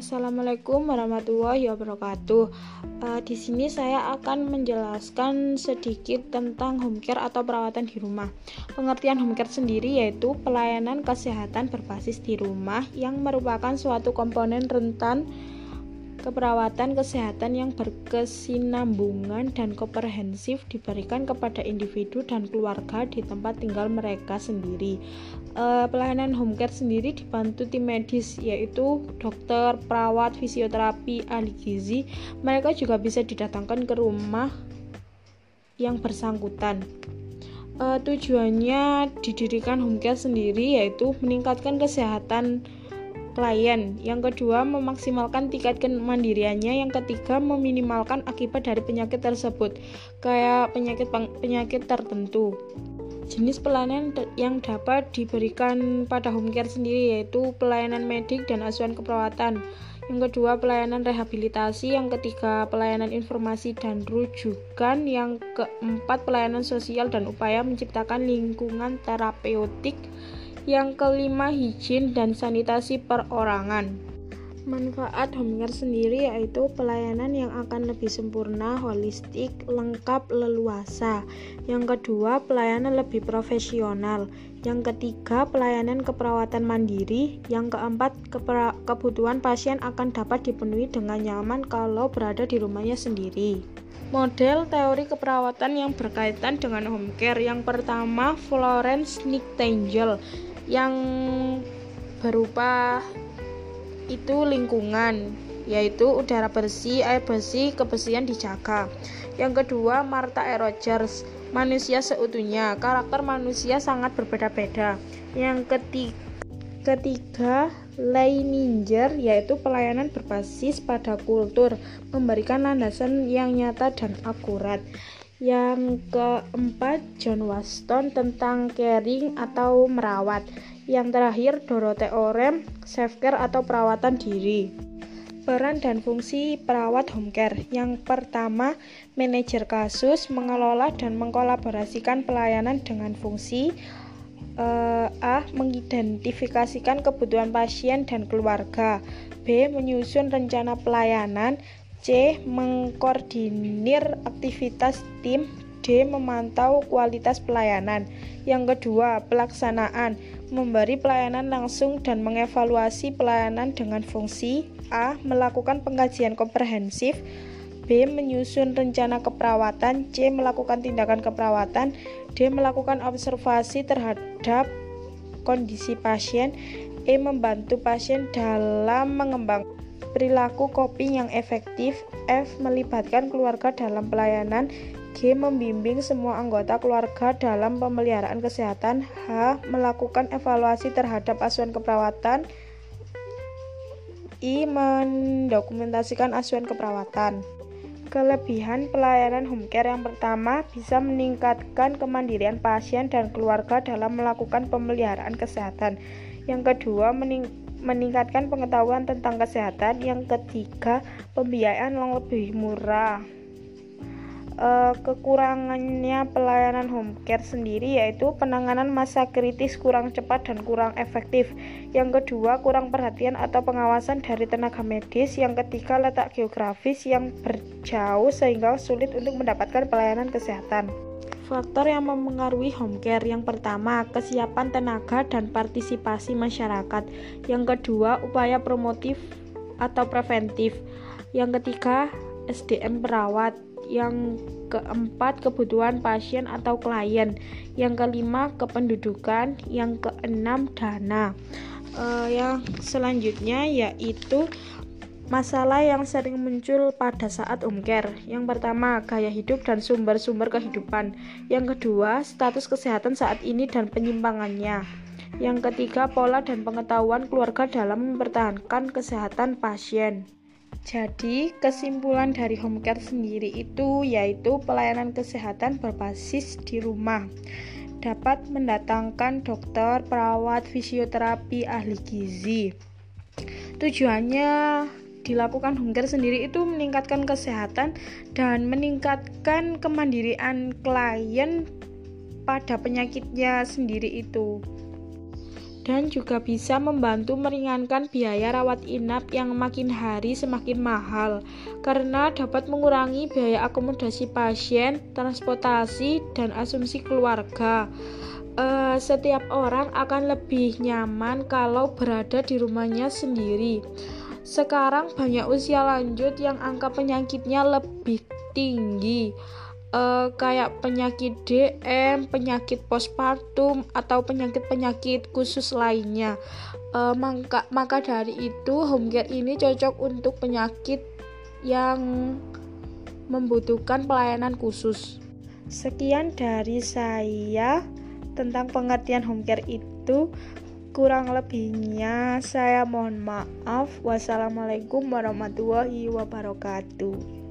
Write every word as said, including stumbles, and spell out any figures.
Assalamualaikum warahmatullahi wabarakatuh. Uh, di sini saya akan menjelaskan sedikit tentang home care atau perawatan di rumah. Pengertian home care sendiri yaitu pelayanan kesehatan berbasis di rumah yang merupakan suatu komponen rentan keperawatan kesehatan yang berkesinambungan dan komprehensif diberikan kepada individu dan keluarga di tempat tinggal mereka sendiri. E, pelayanan home care sendiri dibantu tim medis yaitu dokter, perawat, fisioterapi, ahli gizi. Mereka juga bisa didatangkan ke rumah yang bersangkutan. E, tujuannya didirikan home care sendiri yaitu meningkatkan kesehatan klien, yang kedua memaksimalkan tingkat kemandiriannya, yang ketiga meminimalkan akibat dari penyakit tersebut kayak penyakit penyakit tertentu. Jenis pelayanan yang dapat diberikan pada home care sendiri yaitu pelayanan medik dan asuhan keperawatan, yang kedua pelayanan rehabilitasi, yang ketiga pelayanan informasi dan rujukan, yang keempat pelayanan sosial dan upaya menciptakan lingkungan terapeutik, yang kelima higien dan sanitasi perorangan. Manfaat home care sendiri yaitu pelayanan yang akan lebih sempurna, holistik, lengkap, leluasa. Yang kedua pelayanan lebih profesional. Yang ketiga pelayanan keperawatan mandiri. Yang keempat kepera- kebutuhan pasien akan dapat dipenuhi dengan nyaman kalau berada di rumahnya sendiri. Model teori keperawatan yang berkaitan dengan home care. Yang pertama Florence Nightingale yang berupa itu lingkungan, yaitu udara bersih, air bersih, kebersihan dijaga. Yang kedua Martha E. Rogers, manusia seutuhnya, karakter manusia sangat berbeda-beda. Yang ketiga, ketiga Leininger, yaitu pelayanan berbasis pada kultur, memberikan landasan yang nyata dan akurat. Yang keempat John Waston tentang caring atau merawat. Yang terakhir Dorothy Orem, self care atau perawatan diri. Peran dan fungsi perawat home care. Yang pertama manajer kasus, mengelola dan mengkolaborasikan pelayanan dengan fungsi uh, A. mengidentifikasikan kebutuhan pasien dan keluarga, B. menyusun rencana pelayanan, C. mengkoordinir aktivitas tim, D. memantau kualitas pelayanan. Yang kedua, pelaksanaan, memberi pelayanan langsung dan mengevaluasi pelayanan dengan fungsi A. melakukan pengkajian komprehensif, B. menyusun rencana keperawatan, C. melakukan tindakan keperawatan, D. melakukan observasi terhadap kondisi pasien, E. membantu pasien dalam mengembangkan perilaku coping yang efektif, F. melibatkan keluarga dalam pelayanan, G. membimbing semua anggota keluarga dalam pemeliharaan kesehatan, H. melakukan evaluasi terhadap asuhan keperawatan, I. mendokumentasikan asuhan keperawatan. Kelebihan pelayanan home care yang pertama bisa meningkatkan kemandirian pasien dan keluarga dalam melakukan pemeliharaan kesehatan. Yang kedua mening- meningkatkan pengetahuan tentang kesehatan. Yang ketiga pembiayaan yang lebih murah. E, kekurangannya pelayanan home care sendiri yaitu penanganan masa kritis kurang cepat dan kurang efektif. Yang kedua kurang perhatian atau pengawasan dari tenaga medis. Yang ketiga letak geografis yang berjauh sehingga sulit untuk mendapatkan pelayanan kesehatan. Faktor yang memengaruhi home care. Yang pertama, kesiapan tenaga dan partisipasi masyarakat. Yang kedua, upaya promotif atau preventif. Yang ketiga, S D M perawat. Yang keempat, kebutuhan pasien atau klien. Yang kelima, kependudukan. Yang keenam, dana. Uh, yang selanjutnya yaitu masalah yang sering muncul pada saat home care. Yang pertama, gaya hidup dan sumber-sumber kehidupan. Yang kedua, status kesehatan saat ini dan penyimpangannya. Yang ketiga, pola dan pengetahuan keluarga dalam mempertahankan kesehatan pasien. Jadi, kesimpulan dari home care sendiri itu yaitu pelayanan kesehatan berbasis di rumah. Dapat mendatangkan dokter, perawat, fisioterapi, ahli gizi. Tujuannya dilakukan home care sendiri itu meningkatkan kesehatan dan meningkatkan kemandirian klien pada penyakitnya sendiri itu. dan juga bisa membantu meringankan biaya rawat inap yang makin hari semakin mahal karena dapat mengurangi biaya akomodasi pasien, transportasi, dan asumsi keluarga. Uh, setiap orang akan lebih nyaman kalau berada di rumahnya sendiri. Sekarang banyak usia lanjut yang angka penyakitnya lebih tinggi. Uh, kayak penyakit D M, penyakit postpartum, atau penyakit-penyakit khusus lainnya. Uh, maka, maka dari itu home care ini cocok untuk penyakit yang membutuhkan pelayanan khusus. Sekian dari saya tentang pengertian home care itu. Kurang lebihnya saya mohon maaf. Wassalamualaikum warahmatullahi wabarakatuh.